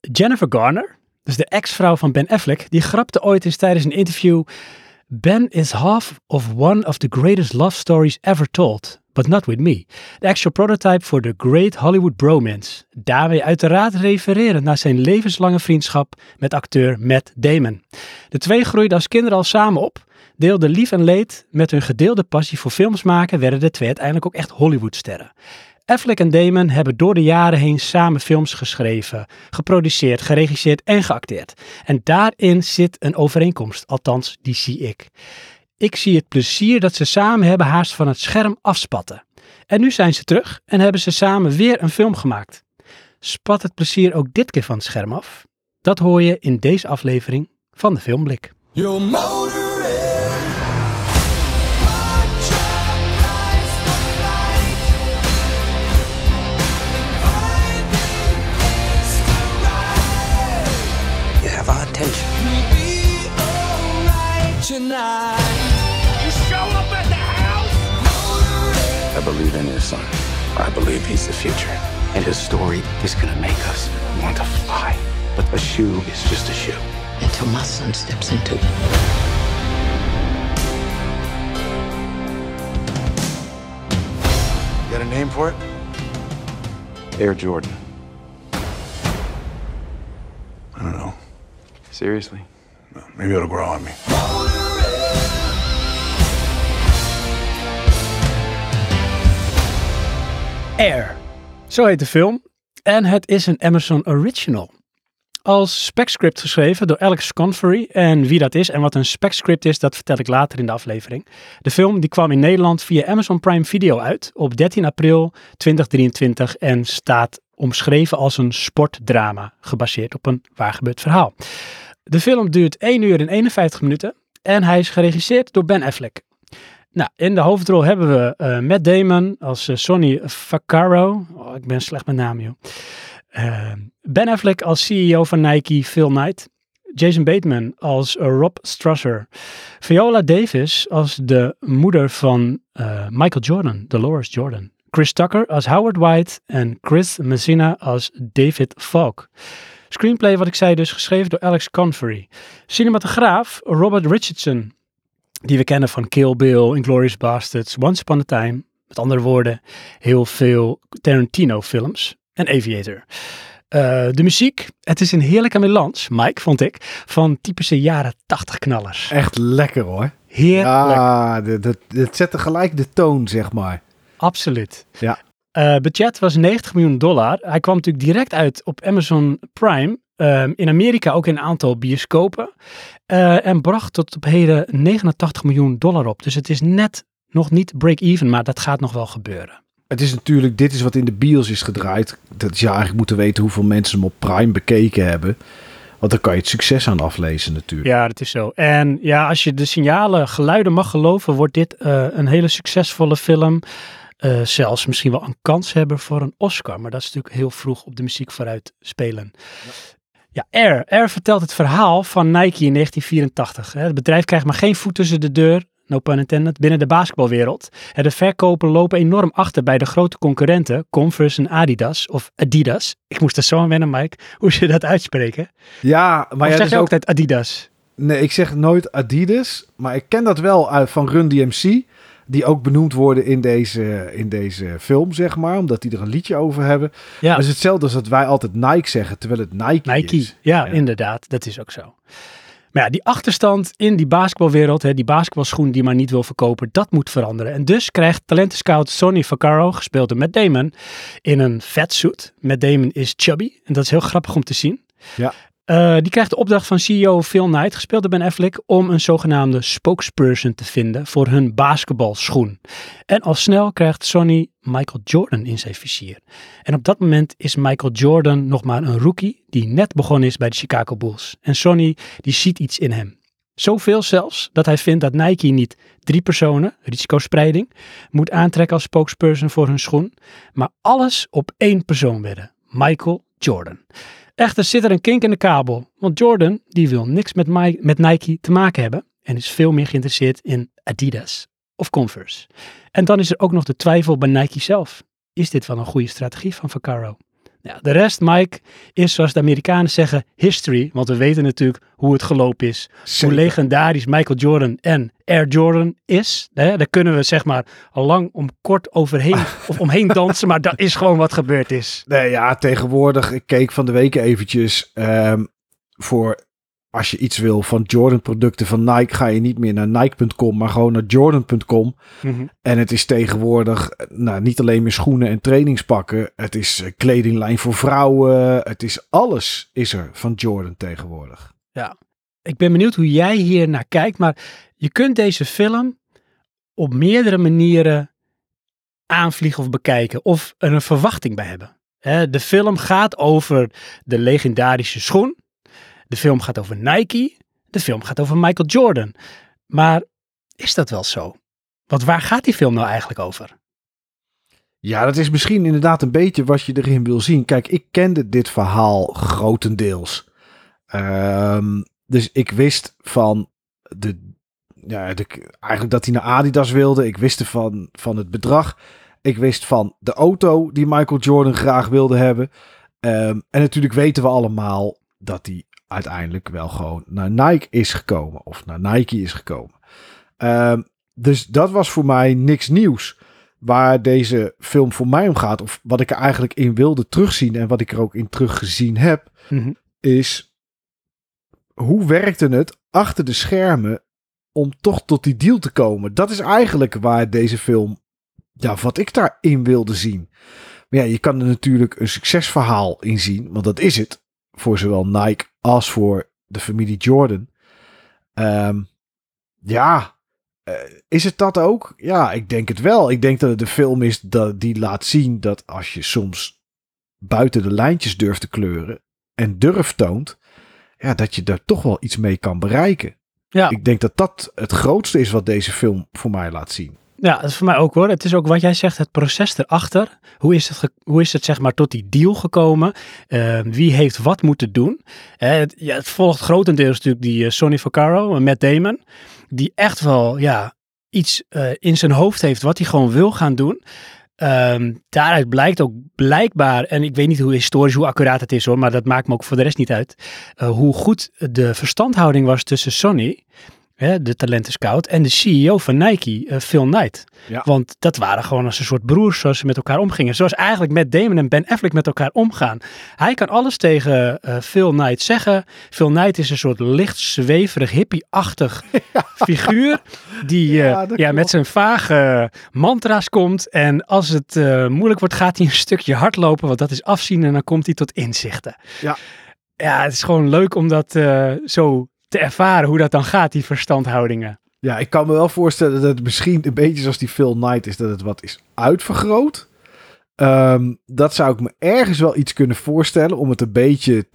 Jennifer Garner, dus de ex-vrouw van Ben Affleck, die grapte ooit eens tijdens een interview: Ben is half of one of the greatest love stories ever told, but not with me. The actual prototype for the great Hollywood bromance. Daarmee uiteraard refererend naar zijn levenslange vriendschap met acteur Matt Damon. De twee groeiden als kinderen al samen op, deelden lief en leed. Met hun gedeelde passie voor films maken werden de twee uiteindelijk ook echt Hollywoodsterren. Affleck en Damon hebben door de jaren heen samen films geschreven, geproduceerd, geregisseerd en geacteerd. En daarin zit een overeenkomst, althans die zie ik. Ik zie het plezier dat ze samen hebben haast van het scherm afspatten. En nu zijn ze terug en hebben ze samen weer een film gemaakt. Spat het plezier ook dit keer van het scherm af? Dat hoor je in deze aflevering van de Filmblik. Your motor attention. You show up at the house. I believe in his son. I believe he's the future. And his story is gonna make us want to fly. But a shoe is just a shoe. Until my son steps into it. You got a name for it? Air Jordan. I don't know. Seriously? Maybe it'll grow on me. Air, zo heet de film. En het is een Amazon Original. Als specscript geschreven door Alex Convery. En wie dat is en wat een specscript is, dat vertel ik later in de aflevering. De film die kwam in Nederland via Amazon Prime Video uit op 13 april 2023 en staat omschreven als een sportdrama, gebaseerd op een waargebeurd verhaal. De film duurt 1 uur en 51 minuten en hij is geregisseerd door Ben Affleck. Nou, in de hoofdrol hebben we Matt Damon als Sonny Vaccaro. Oh, ik ben slecht met naam, joh. Ben Affleck als CEO van Nike, Phil Knight. Jason Bateman als Rob Strasser. Viola Davis als de moeder van Michael Jordan, Dolores Jordan. Chris Tucker als Howard White en Chris Messina als David Falk. Screenplay, wat ik zei dus, geschreven door Alex Convery. Cinematograaf Robert Richardson, die we kennen van Kill Bill, Inglourious Basterds, Once Upon a Time. Met andere woorden, heel veel Tarantino films en Aviator. De muziek, het is een heerlijke melange, Mike, vond ik, van typische jaren 80 knallers. Echt lekker hoor. Heerlijk. Ja, het zette gelijk de toon, zeg maar. Absoluut. Ja. Budget was $90 miljoen. Hij kwam natuurlijk direct uit op Amazon Prime. In Amerika ook in een aantal bioscopen. En bracht tot op heden $89 miljoen op. Dus het is net nog niet break-even, maar dat gaat nog wel gebeuren. Het is natuurlijk, dit is wat in de bios is gedraaid. Dat is ja eigenlijk moeten weten hoeveel mensen hem op Prime bekeken hebben. Want dan kan je het succes aan aflezen natuurlijk. Ja, dat is zo. En ja, als je de signalen, geluiden mag geloven, wordt dit een hele succesvolle film. Zelfs misschien wel een kans hebben voor een Oscar. Maar dat is natuurlijk heel vroeg op de muziek vooruit spelen. Ja, Air vertelt het verhaal van Nike in 1984. Het bedrijf krijgt maar geen voet tussen de deur, no pun intended, binnen de basketbalwereld. De verkopen lopen enorm achter bij de grote concurrenten, Converse en Adidas, of Adidas. Ik moest er zo aan wennen, Mike, hoe ze dat uitspreken. Ja, maar of ja, zeg je ook altijd Adidas? Nee, ik zeg nooit Adidas, maar ik ken dat wel uit van Run DMC. Die ook benoemd worden in deze film, zeg maar. Omdat die er een liedje over hebben. Ja. Maar het is hetzelfde als dat wij altijd Nike zeggen, terwijl het Nike is. Ja, inderdaad. Dat is ook zo. Maar ja, die achterstand in die basketbalwereld, die basketbalschoen die maar niet wil verkopen, dat moet veranderen. En dus krijgt talentenscout Sonny Vaccaro, gespeeld door Matt Damon, in een fatsuit. Matt Damon is chubby. En dat is heel grappig om te zien. Ja. Die krijgt de opdracht van CEO Phil Knight, gespeeld door Ben Affleck, om een zogenaamde spokesperson te vinden voor hun basketbalschoen. En al snel krijgt Sonny Michael Jordan in zijn vizier. En op dat moment is Michael Jordan nog maar een rookie die net begonnen is bij de Chicago Bulls. En Sonny die ziet iets in hem. Zoveel zelfs dat hij vindt dat Nike niet 3 personen, risicospreiding, moet aantrekken als spokesperson voor hun schoen, maar alles op 1 persoon wedden. Michael Jordan. Echter zit er een kink in de kabel, want Jordan die wil niks met Nike te maken hebben en is veel meer geïnteresseerd in Adidas of Converse. En dan is er ook nog de twijfel bij Nike zelf. Is dit wel een goede strategie van Vaccaro? Ja, de rest, Mike, is zoals de Amerikanen zeggen history. Want we weten natuurlijk hoe het gelopen is. Zeker. Hoe legendarisch Michael Jordan en Air Jordan is. Daar kunnen we zeg maar al lang om kort overheen of omheen dansen. Maar dat is gewoon wat gebeurd is. Nee, ja, tegenwoordig, ik keek van de week eventjes voor... Als je iets wil van Jordan producten van Nike, ga je niet meer naar Nike.com, maar gewoon naar Jordan.com. Mm-hmm. En het is tegenwoordig niet alleen meer schoenen en trainingspakken. Het is kledinglijn voor vrouwen. Het is alles is er van Jordan tegenwoordig. Ja, ik ben benieuwd hoe jij hier naar kijkt. Maar je kunt deze film op meerdere manieren aanvliegen of bekijken. Of er een verwachting bij hebben. De film gaat over de legendarische schoen. De film gaat over Nike. De film gaat over Michael Jordan. Maar is dat wel zo? Want waar gaat die film nou eigenlijk over? Ja, dat is misschien inderdaad een beetje wat je erin wil zien. Kijk, ik kende dit verhaal grotendeels. Dus ik wist van eigenlijk dat hij naar Adidas wilde. Ik wist van het bedrag. Ik wist van de auto die Michael Jordan graag wilde hebben. En natuurlijk weten we allemaal dat hij uiteindelijk wel gewoon naar Nike is gekomen. Of naar Nike is gekomen. Dus dat was voor mij niks nieuws. Waar deze film voor mij om gaat. Of wat ik er eigenlijk in wilde terugzien. En wat ik er ook in teruggezien heb. Mm-hmm. Is hoe werkte het achter de schermen om toch tot die deal te komen. Dat is eigenlijk waar deze film, wat ik daarin wilde zien. Maar ja, je kan er natuurlijk een succesverhaal in zien. Want dat is het. Voor zowel Nike als voor de familie Jordan. Is het dat ook? Ja, ik denk het wel. Ik denk dat het de film is die laat zien dat als je soms buiten de lijntjes durft te kleuren en durf toont, dat je daar toch wel iets mee kan bereiken. Ja. Ik denk dat dat het grootste is wat deze film voor mij laat zien. Ja, dat is voor mij ook hoor. Het is ook wat jij zegt, het proces erachter. Hoe is het zeg maar tot die deal gekomen? Wie heeft wat moeten doen? Het volgt grotendeels natuurlijk die Sonny Vaccaro en Matt Damon. Die echt wel iets in zijn hoofd heeft wat hij gewoon wil gaan doen. Daaruit blijkt ook blijkbaar, en ik weet niet hoe historisch, hoe accuraat het is hoor, maar dat maakt me ook voor de rest niet uit, hoe goed de verstandhouding was tussen Sonny, de talentenscout, en de CEO van Nike, Phil Knight. Ja. Want dat waren gewoon als een soort broers zoals ze met elkaar omgingen. Zoals eigenlijk Matt Damon en Ben Affleck met elkaar omgaan. Hij kan alles tegen Phil Knight zeggen. Phil Knight is een soort licht zweverig, hippie-achtig figuur die met zijn vage mantra's komt. En als het moeilijk wordt, gaat hij een stukje hardlopen, want dat is afzien en dan komt hij tot inzichten. Ja, het is gewoon leuk om dat zo te ervaren hoe dat dan gaat, die verstandhoudingen. Ja, ik kan me wel voorstellen dat het misschien een beetje zoals die Phil Knight is, dat het wat is uitvergroot. Dat zou ik me ergens wel iets kunnen voorstellen om het een beetje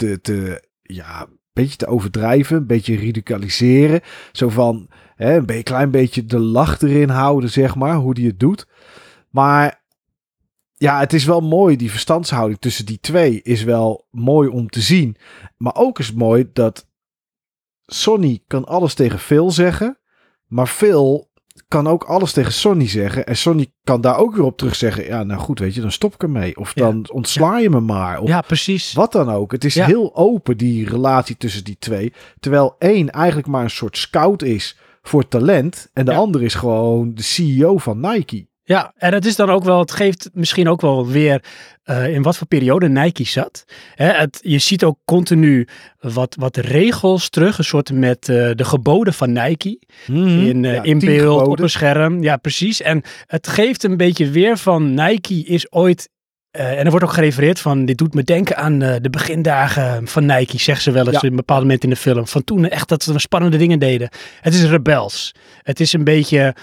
te overdrijven, een beetje ridiculiseren. Zo van een klein beetje de lach erin houden, zeg maar, hoe die het doet. Maar ja, het is wel mooi, die verstandshouding tussen die twee is wel mooi om te zien. Maar ook is het mooi dat Sonny kan alles tegen Phil zeggen, maar Phil kan ook alles tegen Sonny zeggen. En Sonny kan daar ook weer op terug zeggen, ja, nou goed, weet je, dan stop ik ermee. Of dan ontsla je me maar. Of precies. Wat dan ook. Het is heel open, die relatie tussen die twee. Terwijl één eigenlijk maar een soort scout is voor talent. En de ander is gewoon de CEO van Nike. Ja, en het is dan ook wel, het geeft misschien ook wel weer in wat voor periode Nike zat. Je ziet ook continu wat regels terug, een soort met de geboden van Nike in beeld op een scherm. Ja, precies. En het geeft een beetje weer van Nike is ooit, en er wordt ook gerefereerd van, dit doet me denken aan de begindagen van Nike, zeggen ze wel eens in een bepaald moment in de film. Van toen echt dat ze spannende dingen deden. Het is rebels. Het is een beetje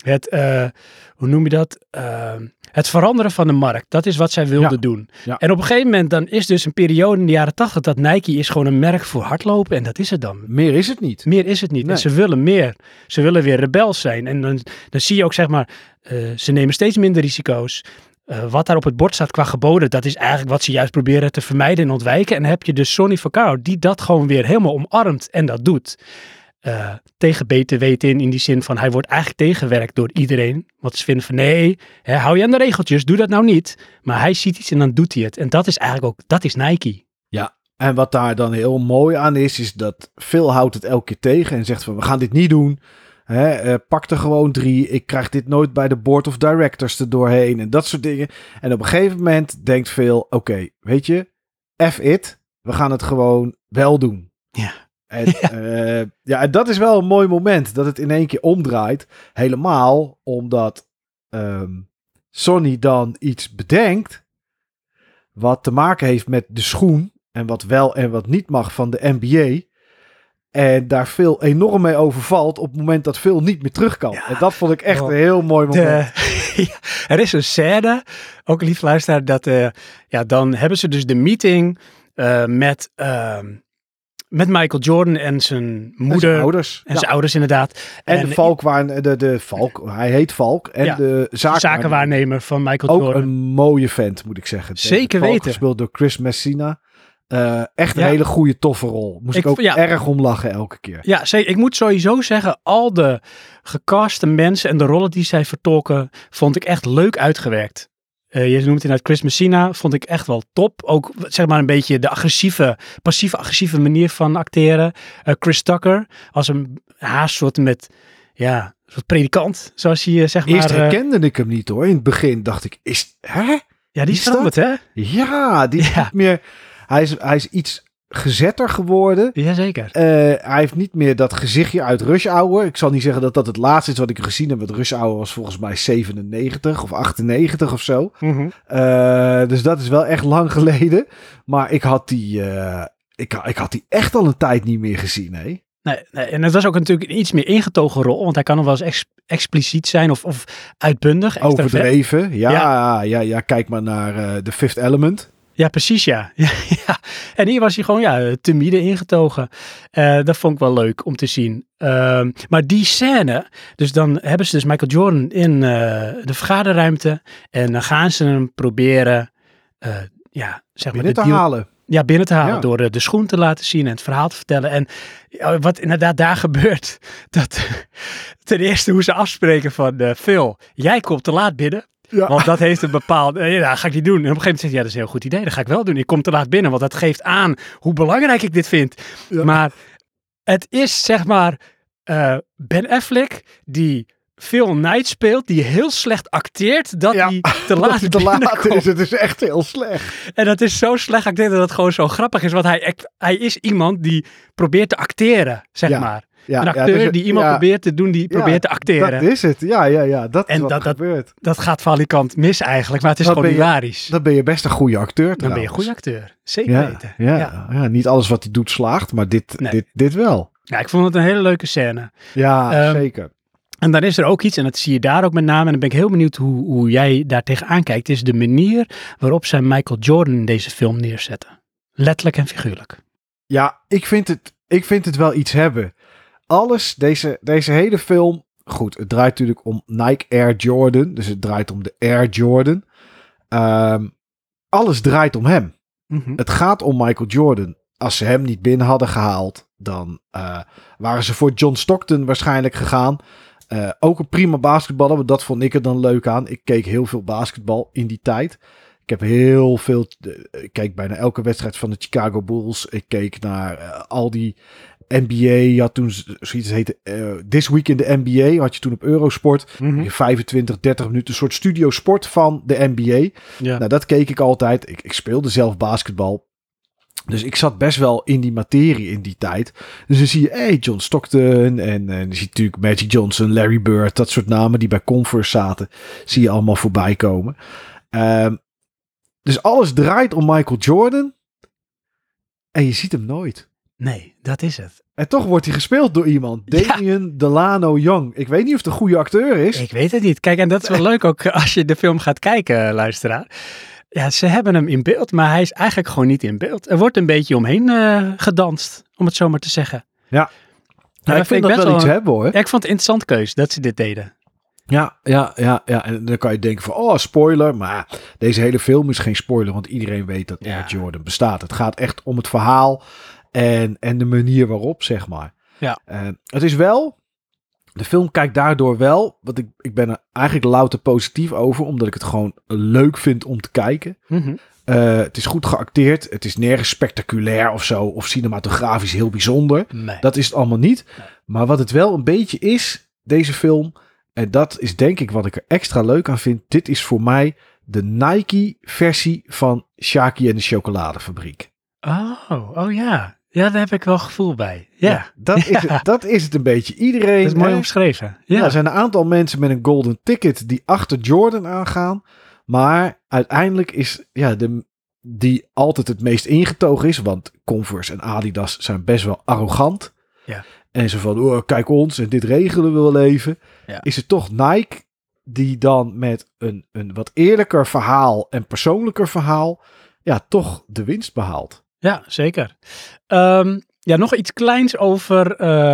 hoe noem je dat? Het veranderen van de markt. Dat is wat zij wilden doen. Ja. En op een gegeven moment dan is dus een periode in de jaren 80 dat Nike is gewoon een merk voor hardlopen. En dat is het dan. Meer is het niet. Meer is het niet. Nee. En ze willen meer. Ze willen weer rebels zijn. En dan zie je ook zeg maar, ze nemen steeds minder risico's. Wat daar op het bord staat qua geboden, dat is eigenlijk wat ze juist proberen te vermijden en ontwijken. En dan heb je dus Sonny Vaccaro die dat gewoon weer helemaal omarmt en dat doet. tegen beter weten in die zin van hij wordt eigenlijk tegengewerkt door iedereen. Want ze vinden van nee, hou je aan de regeltjes, doe dat nou niet. Maar hij ziet iets en dan doet hij het. En dat is eigenlijk ook, dat is Nike. Ja, en wat daar dan heel mooi aan is dat Phil houdt het elke keer tegen en zegt van we gaan dit niet doen. Pak er gewoon 3. Ik krijg dit nooit bij de board of directors er doorheen en dat soort dingen. En op een gegeven moment denkt Phil, oké, weet je, F it, we gaan het gewoon wel doen. Ja. En, en dat is wel een mooi moment dat het in één keer omdraait. Helemaal omdat Sonny dan iets bedenkt wat te maken heeft met de schoen en wat wel en wat niet mag van de NBA. En daar Phil enorm mee overvalt op het moment dat Phil niet meer terug kan. Ja. En dat vond ik echt een heel mooi moment. Er is een scène, ook lief luisteraar, dat dan hebben ze dus de meeting met Michael Jordan en zijn moeder. En zijn ouders. En zijn ouders inderdaad. En de Valk, de Valk, hij heet Valk. En de zakenwaarnemer van Michael ook Jordan. Ook een mooie vent, moet ik zeggen. Zeker Valk, weten. Gespeeld door Chris Messina. Echt een hele goede, toffe rol. Moest ik ook erg om lachen elke keer. Ja, zeker. Ik moet sowieso zeggen, al de gecaste mensen en de rollen die zij vertolken, vond ik echt leuk uitgewerkt. Je noemt inderdaad Chris Messina, vond ik echt wel top. Ook zeg maar een beetje de passief-agressieve manier van acteren. Chris Tucker als een haast soort met, soort predikant, zoals hij zeg maar. Eerst herkende ik hem niet hoor. In het begin dacht ik, Ja, die is veranderd hè? Ja, die is niet meer. Hij is iets gezetter geworden. Jazeker. Hij heeft niet meer dat gezichtje uit Rush Hour. Ik zal niet zeggen dat dat het laatste is wat ik gezien heb. Want Rush Hour was volgens mij 97 of 98 of zo. Mm-hmm. Dus dat is wel echt lang geleden. Maar ik had die echt al een tijd niet meer gezien. Nee, en het was ook natuurlijk een iets meer ingetogen rol. Want hij kan nog wel eens expliciet zijn of uitbundig. Overdreven. Ja, kijk maar naar The Fifth Element. Ja, precies, ja. En hier was hij gewoon te midden ingetogen. Dat vond ik wel leuk om te zien. Maar die scène, dus dan hebben ze dus Michael Jordan in de vergaderruimte. En dan gaan ze hem proberen binnen te halen. Ja, binnen te halen door de schoen te laten zien en het verhaal te vertellen. En wat inderdaad daar gebeurt, dat ten eerste hoe ze afspreken van Phil, jij komt te laat binnen. Ja. Want dat heeft een bepaald... ga ik niet doen. En op een gegeven moment zegt hij, dat is een heel goed idee. Dat ga ik wel doen. Ik kom te laat binnen, want dat geeft aan hoe belangrijk ik dit vind. Ja. Maar het is zeg maar Ben Affleck die Phil Knight speelt, die heel slecht acteert dat hij te laat is. Het is echt heel slecht. En dat is zo slecht acteerd dat het gewoon zo grappig is. Want hij is iemand die probeert te acteren, zeg maar. Ja, een acteur die iemand probeert te doen, die probeert te acteren. Dat is het, ja. Dat is wat gebeurt. Dat gaat valikant mis eigenlijk, maar het is gewoon hilarisch. Dan ben je best een goede acteur trouwens. Dan ben je een goede acteur, zeker weten. Ja, niet alles wat hij doet slaagt, maar dit wel. Ja, ik vond het een hele leuke scène. Ja, zeker. En dan is er ook iets, en dat zie je daar ook met name, en dan ben ik heel benieuwd hoe jij daar tegenaan kijkt, is de manier waarop zij Michael Jordan in deze film neerzetten. Letterlijk en figuurlijk. Ja, ik vind het wel iets hebben. Alles, deze hele film, goed, het draait natuurlijk om Nike Air Jordan, dus het draait om de Air Jordan. Alles draait om hem. Mm-hmm. Het gaat om Michael Jordan. Als ze hem niet binnen hadden gehaald, dan waren ze voor John Stockton waarschijnlijk gegaan. Ook een prima basketballer, want dat vond ik er dan leuk aan. Ik keek heel veel basketbal in die tijd. Ik keek bijna elke wedstrijd van de Chicago Bulls. Ik keek naar al die NBA. Je had toen zoiets heette This Week in the NBA. Had je toen op Eurosport. Mm-hmm. 25, 30 minuten. Een soort studio sport van de NBA. Ja. Nou, dat keek ik altijd. Ik speelde zelf basketbal. Dus ik zat best wel in die materie in die tijd. Dus dan zie je John Stockton en dan zie je natuurlijk Magic Johnson, Larry Bird. Dat soort namen die bij Converse zaten. Zie je allemaal voorbij komen. Dus alles draait om Michael Jordan. En je ziet hem nooit. Nee, dat is het. En toch wordt hij gespeeld door iemand. Damian Delano Young. Ik weet niet of het een goede acteur is. Ik weet het niet. Kijk, en dat is wel leuk ook als je de film gaat kijken, luisteraar. Ja, ze hebben hem in beeld, maar hij is eigenlijk gewoon niet in beeld. Er wordt een beetje omheen gedanst, om het zo maar te zeggen. Ja, ik vind dat wel iets hebben hoor. Ja, ik vond het een interessant keus dat ze dit deden. Ja. En dan kan je denken van, spoiler. Maar deze hele film is geen spoiler, want iedereen weet dat Air Jordan bestaat. Het gaat echt om het verhaal en de manier waarop, zeg maar. Ja. Het is wel... De film kijkt daardoor wel... Want ik ben er eigenlijk louter positief over... omdat ik het gewoon leuk vind om te kijken. Mm-hmm. Het is goed geacteerd. Het is nergens spectaculair of zo... of cinematografisch heel bijzonder. Nee. Dat is het allemaal niet. Nee. Maar wat het wel een beetje is... deze film... en dat is denk ik wat ik er extra leuk aan vind... dit is voor mij de Nike-versie van Shaki en de Chocoladefabriek. Oh ja. Ja, daar heb ik wel gevoel bij. Ja, dat is het een beetje. Iedereen... Dat is mooi omschreven. Ja. Er zijn een aantal mensen met een golden ticket die achter Jordan aangaan. Maar uiteindelijk is die altijd het meest ingetogen is. Want Converse en Adidas zijn best wel arrogant. Ja. En zo van, kijk ons en dit regelen we wel even. Ja. Is het toch Nike die dan met een wat eerlijker verhaal en persoonlijker verhaal... ja, toch de winst behaalt. Ja, zeker. Nog iets kleins over...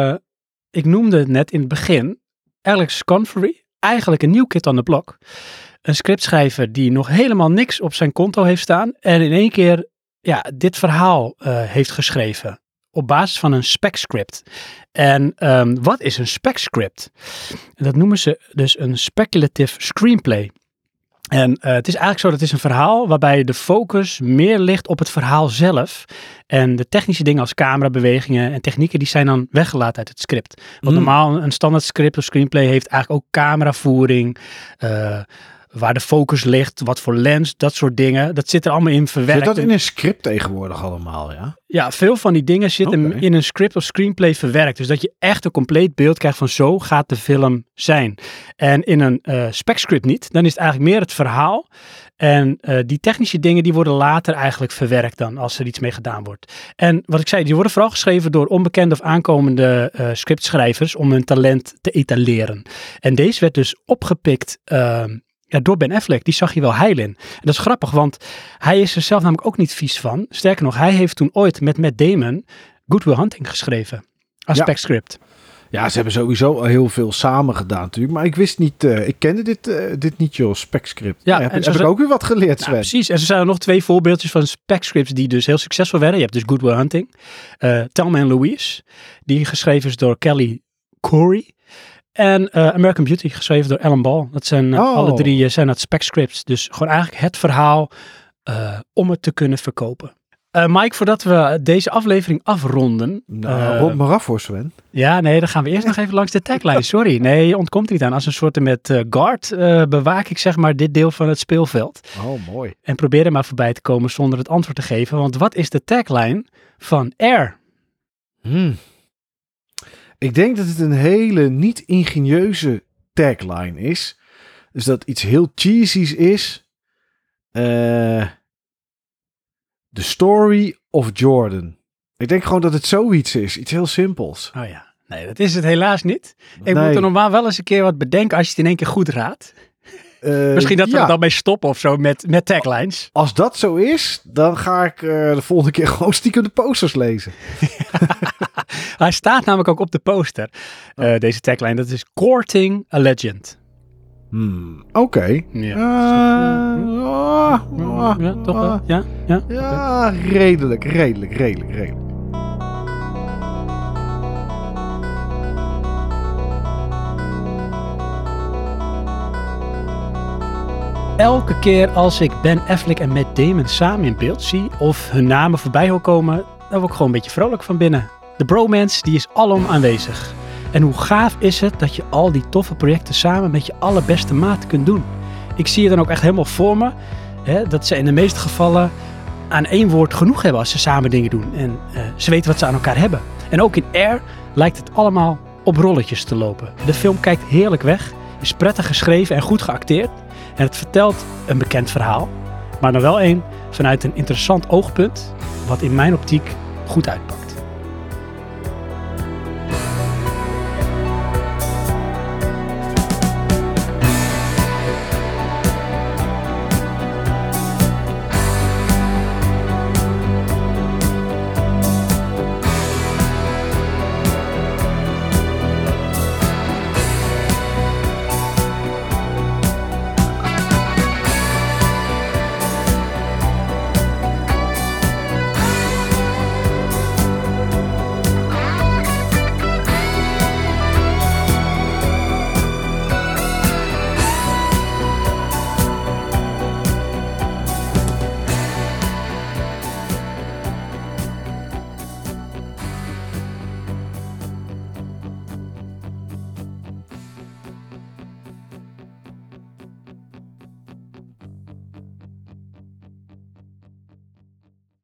ik noemde het net in het begin. Alex Convery. Eigenlijk een nieuw kid on the block. Een scriptschrijver die nog helemaal niks op zijn konto heeft staan. En in één keer dit verhaal heeft geschreven. Op basis van een spec script. En wat is een spec script? En dat noemen ze dus een speculative screenplay. En het is eigenlijk zo, dat het is een verhaal waarbij de focus meer ligt op het verhaal zelf. En de technische dingen als camerabewegingen en technieken, die zijn dan weggelaten uit het script. Want normaal een standaard script of screenplay heeft eigenlijk ook cameravoering, waar de focus ligt, wat voor lens, dat soort dingen. Dat zit er allemaal in verwerkt. Zit dat in een script tegenwoordig allemaal, ja? Ja, veel van die dingen zitten in een script of screenplay verwerkt. Dus dat je echt een compleet beeld krijgt van zo gaat de film zijn. En in een spec script niet. Dan is het eigenlijk meer het verhaal. En die technische dingen die worden later eigenlijk verwerkt dan als er iets mee gedaan wordt. En wat ik zei, die worden vooral geschreven door onbekende of aankomende scriptschrijvers om hun talent te etaleren. En deze werd dus opgepikt... door Ben Affleck, die zag je wel heil in. En dat is grappig, want hij is er zelf namelijk ook niet vies van. Sterker nog, hij heeft toen ooit met Matt Damon Good Will Hunting geschreven. Als spec script. Ja, ze hebben sowieso al heel veel samen gedaan natuurlijk. Maar ik wist niet, ik kende dit niet, joh, spec script. Ja, heb ik ook weer wat geleerd, Sven. Precies, en er zijn er nog 2 voorbeeldjes van spec scripts die dus heel succesvol werden. Je hebt dus Good Will Hunting. Thelma and Louise, die geschreven is door Kelly Corey. En American Beauty, geschreven door Alan Ball. Dat zijn alle 3 zijn dat spec scripts. Dus gewoon eigenlijk het verhaal om het te kunnen verkopen. Mike, voordat we deze aflevering afronden... rond maar af voor Sven. Ja, nee, dan gaan we eerst nog even langs de tagline. Sorry, nee, je ontkomt er niet aan. Als een soort met guard bewaak ik zeg maar dit deel van het speelveld. Oh, mooi. En probeer er maar voorbij te komen zonder het antwoord te geven. Want wat is de tagline van Air? Ik denk dat het een hele niet ingenieuze tagline is. Dus dat iets heel cheesy's is. The Story of Jordan. Ik denk gewoon dat het zoiets is. Iets heel simpels. Oh ja. Nee, dat is het helaas niet. Ik moet er normaal wel eens een keer wat bedenken als je het in één keer goed raadt. Misschien dat we er dan mee stoppen of zo met taglines. Als dat zo is, dan ga ik de volgende keer gewoon stiekem de posters lezen. Hij staat namelijk ook op de poster. Deze tagline, dat is Courting a Legend. Oké. Ja, toch wel? Ja? Ja, redelijk. Elke keer als ik Ben Affleck en Matt Damon samen in beeld zie of hun namen voorbij hoor komen, dan word ik gewoon een beetje vrolijk van binnen. De bromance die is alom aanwezig. En hoe gaaf is het dat je al die toffe projecten samen met je allerbeste maat kunt doen. Ik zie je dan ook echt helemaal voor me, dat ze in de meeste gevallen aan 1 woord genoeg hebben als ze samen dingen doen. En ze weten wat ze aan elkaar hebben. En ook in Air lijkt het allemaal op rolletjes te lopen. De film kijkt heerlijk weg, is prettig geschreven en goed geacteerd. En het vertelt een bekend verhaal, maar dan wel vanuit een interessant oogpunt, wat in mijn optiek goed uitpakt.